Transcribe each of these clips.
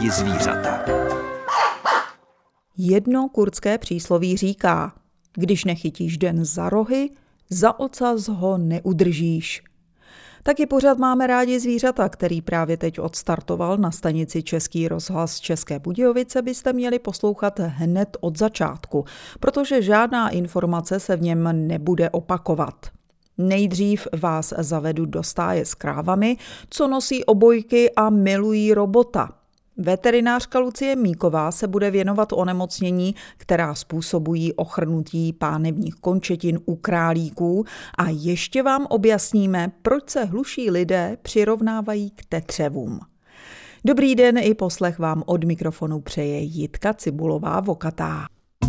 rádi zvířata. Jedno kurdské přísloví říká: když nechytíš den za rohy, za ocas ho neudržíš. Taky pořád Máme rádi zvířata, který právě teď odstartoval na stanici Český rozhlas České Budějovice, byste měli poslouchat hned od začátku, protože žádná informace se v něm nebude opakovat. Nejdřív vás zavedu do stáje s krávami, co nosí obojky a milují robota. Veterinářka Lucie Míková se bude věnovat onemocnění, která způsobují ochrnutí pánevních končetin u králíků, a ještě vám objasníme, proč se hluší lidé přirovnávají k tetřevům. Dobrý den, i poslech vám od mikrofonu přeje Jitka Cibulová-Vokatá.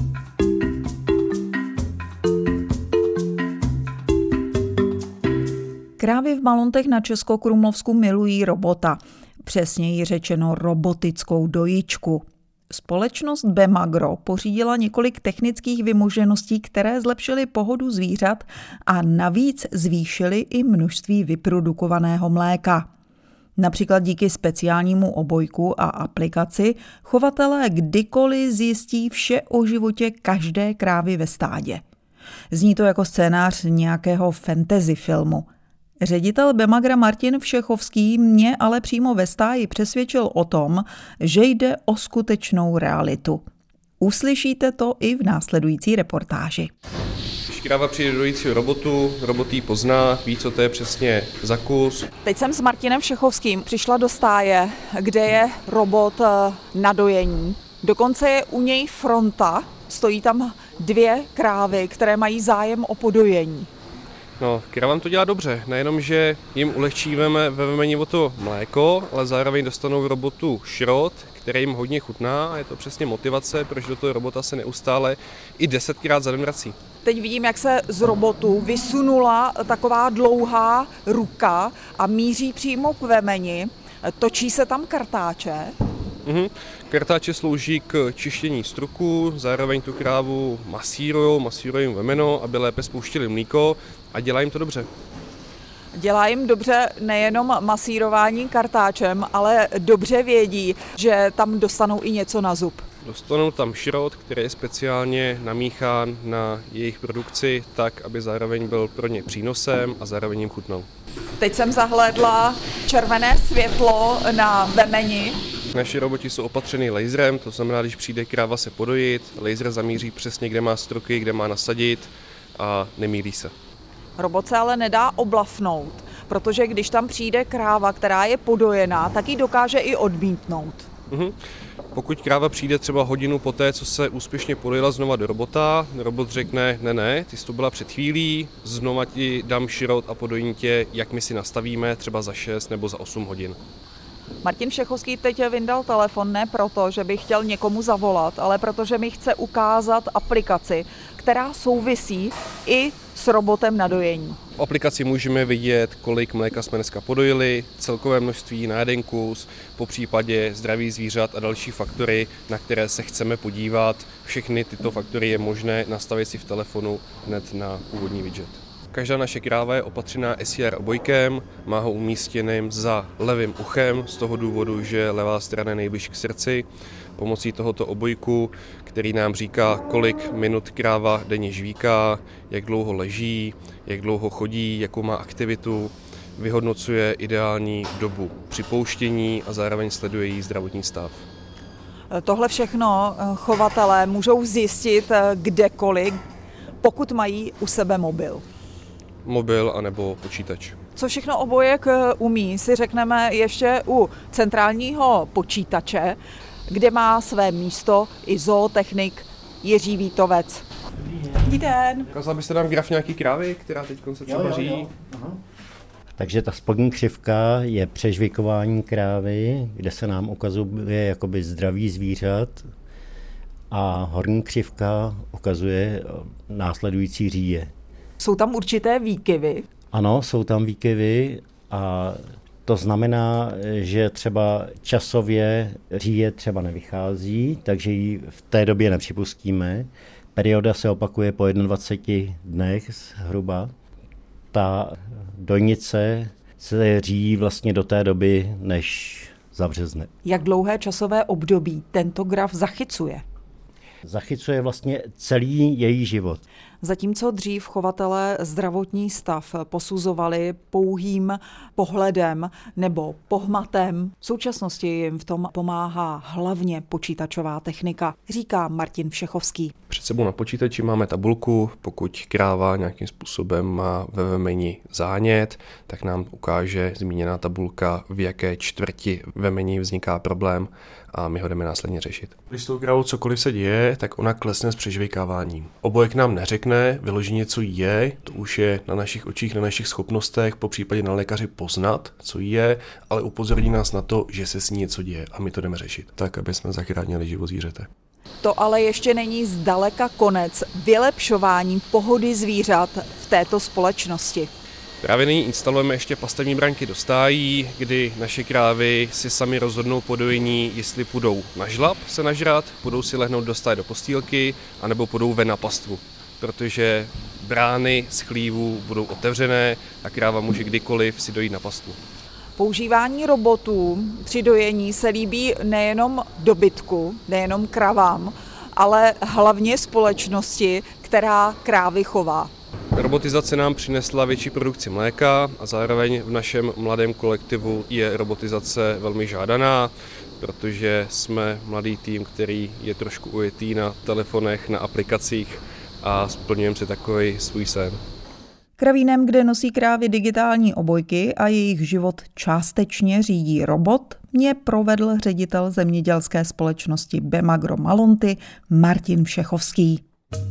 Krávy v Malontech na Českokrumlovsku milují robota. Přesněji řečeno robotickou dojičku. Společnost Bemagro pořídila několik technických vymožeností, které zlepšily pohodu zvířat a navíc zvýšily i množství vyprodukovaného mléka. Například díky speciálnímu obojku a aplikaci chovatelé kdykoliv zjistí vše o životě každé krávy ve stádě. Zní to jako scénář nějakého fantasy filmu. Ředitel Bemagra Martin Všechovský mě ale přímo ve stáji přesvědčil o tom, že jde o skutečnou realitu. Uslyšíte to i v následující reportáži. Když kráva přijde do dojícího robotu, robot jí pozná, ví, co to je přesně za kus. Teď jsem s Martinem Všechovským přišla do stáje, kde je robot na dojení. Dokonce je u něj fronta, stojí tam 2 krávy, které mají zájem o podojení. No, krávám to dělá dobře, nejenom, že jim ulehčíme ve vemení o to mléko, ale zároveň dostanou v robotu šrot, který jim hodně chutná, a je to přesně motivace, proč do toho robota se neustále i 10krát za den vrací. Teď vidím, jak se z robotu vysunula taková dlouhá ruka a míří přímo k vemeni. Točí se tam kartáče. Kartáče slouží k čištění struku, zároveň tu krávu masírují jim vemeno, aby lépe spouštěli mlíko, a dělá jim to dobře. Dělá jim dobře nejenom masírování kartáčem, ale dobře vědí, že tam dostanou i něco na zub. Dostanou tam šrot, který je speciálně namíchán na jejich produkci tak, aby zároveň byl pro ně přínosem a zároveň jim chutnal. Teď jsem zahlédla červené světlo na vemeni. Naši roboti jsou opatřeny laserem, to znamená, když přijde kráva se podojit, laser zamíří přesně, kde má struky, kde má nasadit, a nemýlí se. Robot se ale nedá oblafnout, protože když tam přijde kráva, která je podojená, tak ji dokáže i odmítnout. Pokud kráva přijde třeba hodinu poté, co se úspěšně podojila znova do robota, robot řekne, ne, ty jsi tu byla před chvílí, znova ti dám šrot a podojím tě, jak my si nastavíme, třeba za 6 nebo za 8 hodin. Martin Všechovský teď vyndal telefon ne proto, že by chtěl někomu zavolat, ale protože mi chce ukázat aplikaci, která souvisí i s robotem na dojení. V aplikaci můžeme vidět, kolik mléka jsme dneska podojili, celkové množství na jeden kus, popřípadě zdraví zvířat a další faktory, na které se chceme podívat. Všechny tyto faktory je možné nastavit si v telefonu hned na původní widget. Každá naše kráva je opatřená SCR obojkem, má ho umístěným za levým uchem, z toho důvodu, že levá strana je nejbliž k srdci. Pomocí tohoto obojku, který nám říká, kolik minut kráva denně žvíká, jak dlouho leží, jak dlouho chodí, jakou má aktivitu, vyhodnocuje ideální dobu připouštění a zároveň sleduje její zdravotní stav. Tohle všechno chovatelé můžou zjistit kdekoliv, pokud mají u sebe mobil. Mobil anebo počítač. Co všechno obojek umí, si řekneme ještě u centrálního počítače, kde má své místo i zootechnik Jiří Vítovec. Dobrý den. Ukázal byste nám graf nějaký krávy, která teď se třeba řídí? Takže ta spodní křivka je přežvikování krávy, kde se nám ukazuje jakoby zdraví zvířat, a horní křivka ukazuje následující říje. Jsou tam určité výkyvy? Ano, jsou tam výkyvy, a to znamená, že třeba časově říje třeba nevychází, takže ji v té době nepřipustíme. Perioda se opakuje po 21 dnech zhruba. Ta dojnice se říjí vlastně do té doby, než zabřezne. Jak dlouhé časové období tento graf zachycuje? Zachycuje vlastně celý její život. Zatímco dřív chovatelé zdravotní stav posuzovali pouhým pohledem nebo pohmatem, v současnosti jim v tom pomáhá hlavně počítačová technika, říká Martin Všechovský. Před sebou na počítači máme tabulku, pokud kráva nějakým způsobem má ve vemeni zánět, tak nám ukáže zmíněná tabulka, v jaké čtvrti vemeni vzniká problém a my ho jdeme následně řešit. Když s tou krávou cokoliv se děje, tak ona klesne s přežvejkáváním. Obojek nám neřekne, vyloženě co je, to už je na našich očích, na našich schopnostech, popřípadě na lékaři poznat, co je, ale upozorní nás na to, že se s ní něco děje a my to jdeme řešit, tak aby jsme zachránili život zvířete. To ale ještě není zdaleka konec vylepšování pohody zvířat v této společnosti. Právě nyní instalujeme ještě pastevní branky do stájí, kdy naše krávy si sami rozhodnou po dojení, jestli půjdou na žlab se nažrat, půjdou si lehnout do stáje do postýlky, anebo půjdou ven na pastvu, protože brány z chlívů budou otevřené a kráva může kdykoliv si dojít na pastvu. Používání robotů při dojení se líbí nejenom dobytku, nejenom kravám, ale hlavně společnosti, která krávy chová. Robotizace nám přinesla větší produkci mléka a zároveň v našem mladém kolektivu je robotizace velmi žádaná, protože jsme mladý tým, který je trošku ujetý na telefonech, na aplikacích a splňujeme si takový svůj sen. Kravínem, kde nosí krávy digitální obojky a jejich život částečně řídí robot, mě provedl ředitel zemědělské společnosti Bemagro Malonty Martin Všechovský.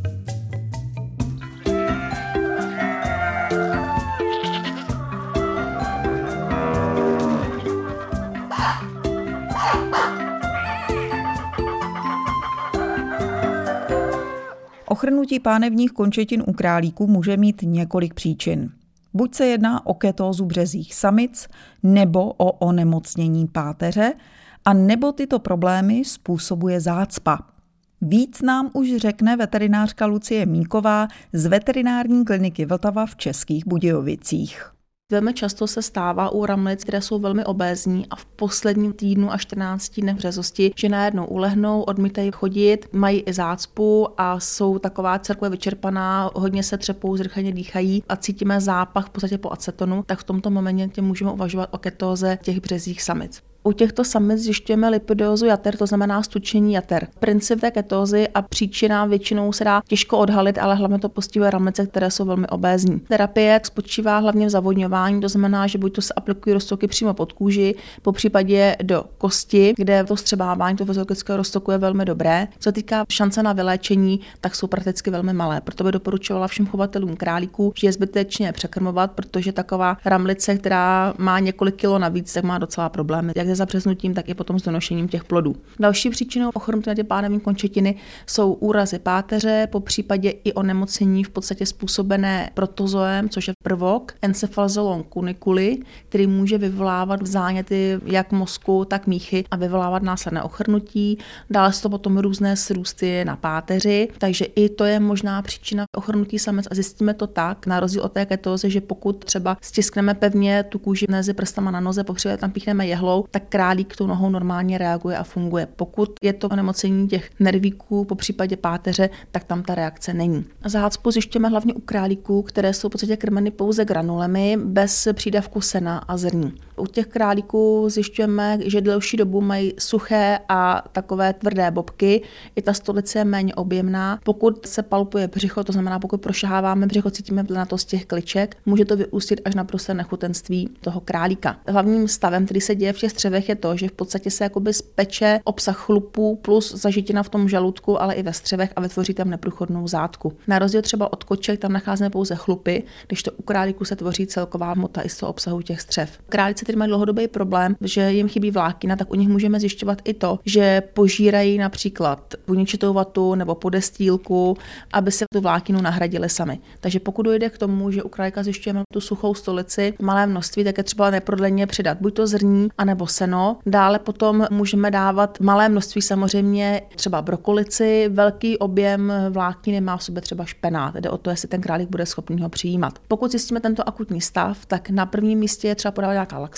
Ochrnutí pánevních končetin u králíků může mít několik příčin. Buď se jedná o ketózu březích samic, nebo o onemocnění páteře, a nebo tyto problémy způsobuje zácpa. Víc nám už řekne veterinářka Lucie Míková z veterinární kliniky Vltava v Českých Budějovicích. Velmi často se stává u ramlic, které jsou velmi obézní a v posledním týdnu až 14 dnech březosti, že najednou ulehnou, odmítají chodit, mají i zácpu a jsou taková celkově vyčerpaná, hodně se třepou, zrychleně dýchají a cítíme zápach v podstatě po acetonu, tak v tomto momentě můžeme uvažovat o ketóze těch březích samic. U těchto samic zjišťujeme lipidózu jater, to znamená stučení jater. Princip té ketózy a příčina většinou se dá těžko odhalit, ale hlavně to postihuje ramlice, které jsou velmi obézní. Terapie spočívá hlavně v zavodňování, to znamená, že buď to se aplikují roztoky přímo pod kůži, popřípadě do kosti, kde to vstřebávání toho fyziologického roztoku je velmi dobré. Co se týká šance na vyléčení, tak jsou prakticky velmi malé. Proto by doporučovala všem chovatelům králíků, že je zbytečně překrmovat, protože taková ramlice, která má několik kilo navíc, tak má docela problémy. Jak se zabřeznutím, tak i potom s donošením těch plodů. Další příčinou ochrnutí pánevní končetiny jsou úrazy páteře, popřípadě i onemocnění v podstatě způsobené protozoem, což je prvok Encephalozolon cuniculi, který může vyvolávat záněty jak mozku, tak míchy a vyvolávat následné ochrnutí. Dále jsou to potom různé srůsty na páteři, takže i to je možná příčina ochrnutí samic a zjistíme to tak, na rozdíl od té ketózy, že pokud třeba stiskneme pevně tu kůži mezi prstama na noze, popřípadě tam píchneme jehlou, tak králík tou nohou normálně reaguje a funguje. Pokud je to onemocnění těch nervíků, po případě páteře, tak tam ta reakce není. Zácpu zjišťujeme hlavně u králíků, které jsou v podstatě krmeny pouze granulemi, bez přídavku sena a zrní. U těch králíků zjišťujeme, že delší dobu mají suché a takové tvrdé bobky. I ta stolice je méně objemná. Pokud se palpuje břicho, to znamená, pokud prošaháváme břicho, cítíme plnatost těch kliček, může to vyústit až na prosté nechutenství toho králíka. Hlavním stavem, který se děje v těch střevech, je to, že v podstatě se jakoby speče obsah chlupů plus zažitina v tom žaludku, ale i ve střevech a vytvoří tam neprůchodnou zátku. Na rozdíl třeba od koček tam nacházíme pouze chlupy, když to u králíků se tvoří celková hmota i z toho obsahu těch střev. Králíci, kteří mají dlouhodobý problém, že jim chybí vláknina, tak u nich můžeme zjišťovat i to, že požírají například buněčitou vatu nebo podestýlku, aby si tu vlákninu nahradili sami. Takže pokud dojde k tomu, že u králíka zjišťujeme tu suchou stolici v malém množství, tak je třeba neprodleně přidat buď to zrní, anebo seno. Dále potom můžeme dávat malé množství samozřejmě třeba brokolici, velký objem vlákniny má v sobě třeba špenát. Jde o to, jestli ten králík bude schopný ho přijímat. Pokud zjistíme tento akutní stav, tak na prvním místě je třeba podávat nějaká laxativa,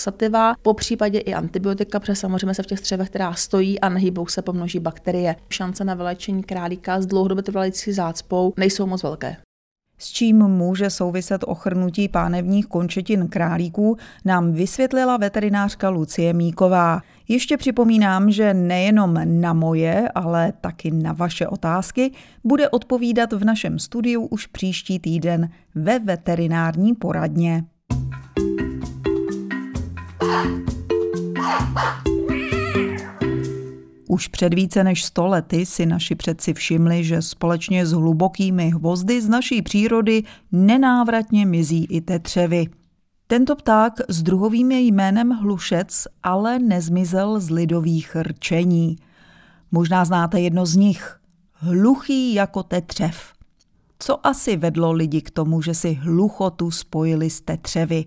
laxativa, po případě i antibiotika, protože samozřejmě se v těch střevech, která stojí a nehýbou se, pomnoží bakterie. Šance na vylečení králíka s dlouhodobě trvající zácpou nejsou moc velké. S čím může souviset ochrnutí pánevních končetin králíků, nám vysvětlila veterinářka Lucie Míková. Ještě připomínám, že nejenom na moje, ale taky na vaše otázky bude odpovídat v našem studiu už příští týden ve veterinární poradně. Už před více než 100 lety si naši předci všimli, že společně s hlubokými hvozdy z naší přírody nenávratně mizí i tetřevy. Tento pták s druhovým jménem hlušec ale nezmizel z lidových rčení. Možná znáte jedno z nich. Hluchý jako tetřev. Co asi vedlo lidi k tomu, že si hluchotu spojili s tetřevy?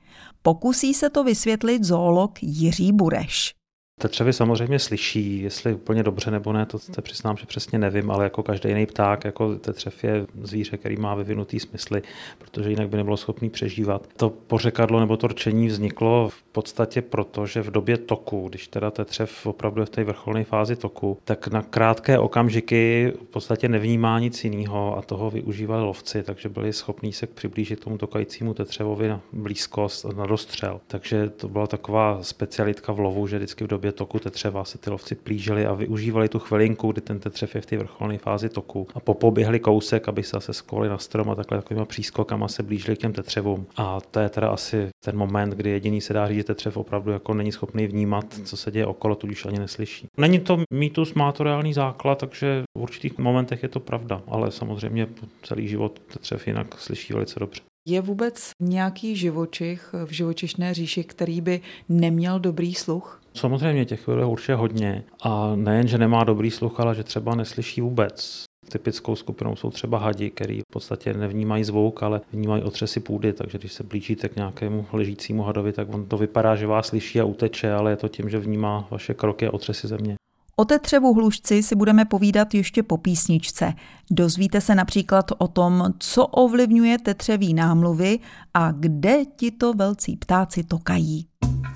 Pokusí se to vysvětlit zoolog Jiří Bureš. Tetřevy samozřejmě slyší, jestli úplně dobře nebo ne, to se přiznám, že přesně nevím, ale jako každý jiný pták, jako tetřev je zvíře, který má vyvinutý smysly, protože jinak by nebylo schopný přežívat. To pořekadlo nebo to rčení vzniklo v podstatě proto, že v době toku, když teda tetřev opravdu je v té vrcholné fázi toku, tak na krátké okamžiky v podstatě nevnímá nic jiného a toho využívali lovci, takže byli schopní se přiblížit tomu tokajícímu tetřevovi na blízkost, na dostřel. Takže to byla taková specialitka v lovu, že vždycky v době toku tetřeva se ty lovci plížili a využívali tu chvilinku, kdy ten tetřev je v té vrcholné fázi toku a popoběhli kousek, aby se zase skovali na strom a takhle takovýma přískokama se blížili k těm tetřevům. A to je teda asi ten moment, kdy jediný se dá říct, že tetřev opravdu jako není schopný vnímat, co se děje okolo, tudíž ani neslyší. Není to mýtus, má to reálný základ, takže v určitých momentech je to pravda, ale samozřejmě celý život tetřev jinak slyší velice dobře. Je vůbec nějaký živočich v živočišné říši, který by neměl dobrý sluch? Samozřejmě těch je určitě hodně a nejen, že nemá dobrý sluch, ale že třeba neslyší vůbec. Typickou skupinou jsou třeba hadi, který v podstatě nevnímají zvuk, ale vnímají otřesy půdy, takže když se blížíte k nějakému ležícímu hadovi, tak on to vypadá, že vás slyší a uteče, ale je to tím, že vnímá vaše kroky a otřesy země. O tetřevu hlušci si budeme povídat ještě po písničce. Dozvíte se například o tom, co ovlivňuje tetřeví námluvy a kde tito velcí ptáci tokají.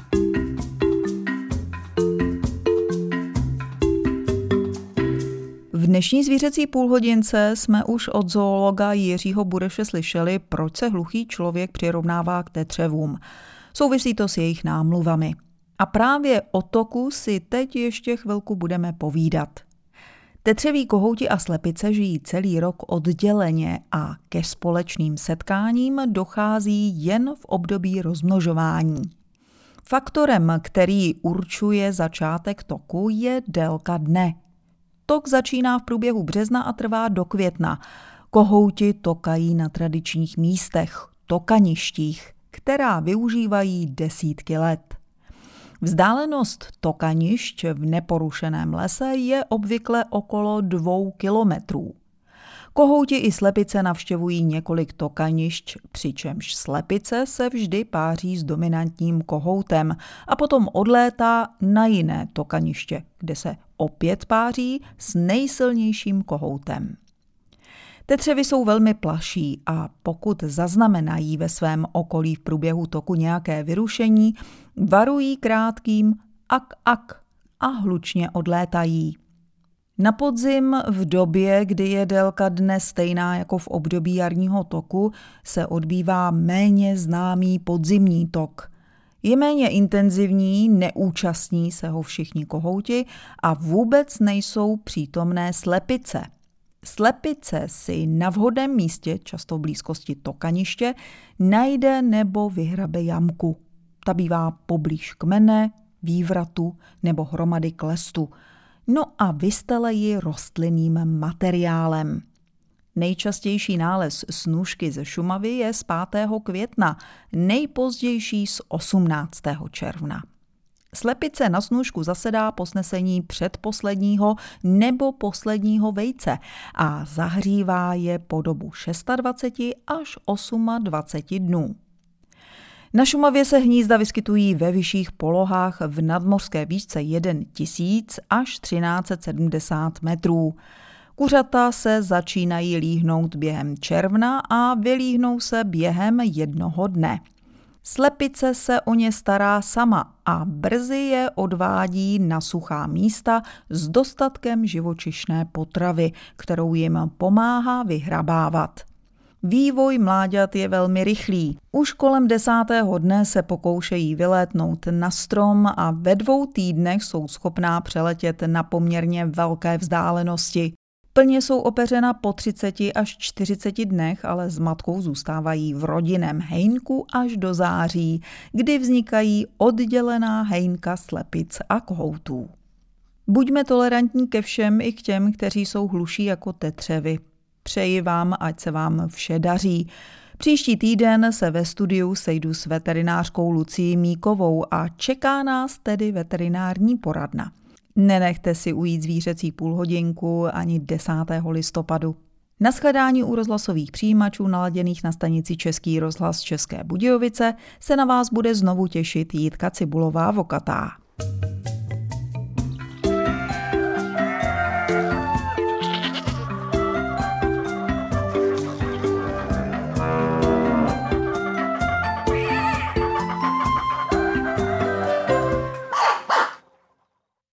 V dnešní zvířecí půlhodince jsme už od zoologa Jiřího Bureše slyšeli, proč se hluchý člověk přirovnává k tetřevům. Souvisí to s jejich námluvami. A právě o toku si teď ještě chvilku budeme povídat. Tetřeví kohouti a slepice žijí celý rok odděleně a ke společným setkáním dochází jen v období rozmnožování. Faktorem, který určuje začátek toku, je délka dne. Tok začíná v průběhu března a trvá do května. Kohouti tokají na tradičních místech, tokaništích, která využívají desítky let. Vzdálenost tokanišť v neporušeném lese je obvykle okolo 2 kilometrů. Kohouti i slepice navštěvují několik tokanišť, přičemž slepice se vždy páří s dominantním kohoutem a potom odlétá na jiné tokaniště, kde se opět páří s nejsilnějším kohoutem. Tetřevy jsou velmi plaší a pokud zaznamenají ve svém okolí v průběhu toku nějaké vyrušení, varují krátkým ak a hlučně odlétají. Na podzim, v době, kdy je délka dne stejná jako v období jarního toku, se odbývá méně známý podzimní tok. Je méně intenzivní, neúčastní se ho všichni kohouti a vůbec nejsou přítomné slepice. Slepice si na vhodném místě, často v blízkosti tokaniště, najde nebo vyhrabe jamku. Ta bývá poblíž kmene, vývratu nebo hromady klestu. No a vystele ji rostlinným materiálem. Nejčastější nález snůšky ze Šumavy je z 5. května, nejpozdější z 18. června. Slepice na snůšku zasedá po snesení předposledního nebo posledního vejce a zahřívá je po dobu 26 až 28 dnů. Na Šumavě se hnízda vyskytují ve vyšších polohách v nadmořské výšce 1000 až 1370 metrů. Kuřata se začínají líhnout během června a vylíhnou se během jednoho dne. Slepice se o ně stará sama a brzy je odvádí na suchá místa s dostatkem živočišné potravy, kterou jim pomáhá vyhrabávat. Vývoj mláďat je velmi rychlý. Už kolem 10. dne se pokoušejí vylétnout na strom a ve 2 týdnech jsou schopná přeletět na poměrně velké vzdálenosti. Plně jsou opeřena po 30 až 40 dnech, ale s matkou zůstávají v rodinném hejnku až do září, kdy vznikají oddělená hejnka slepic a kohoutů. Buďme tolerantní ke všem, i k těm, kteří jsou hluší jako tetřevy. Přeji vám, ať se vám vše daří. Příští týden se ve studiu sejdu s veterinářkou Lucií Míkovou a čeká nás tedy veterinární poradna. Nenechte si ujít zvířecí půlhodinku ani 10. listopadu. Na shledání u rozhlasových přijímačů naladěných na stanici Český rozhlas České Budějovice se na vás bude znovu těšit Jitka Cibulová-Vokatá.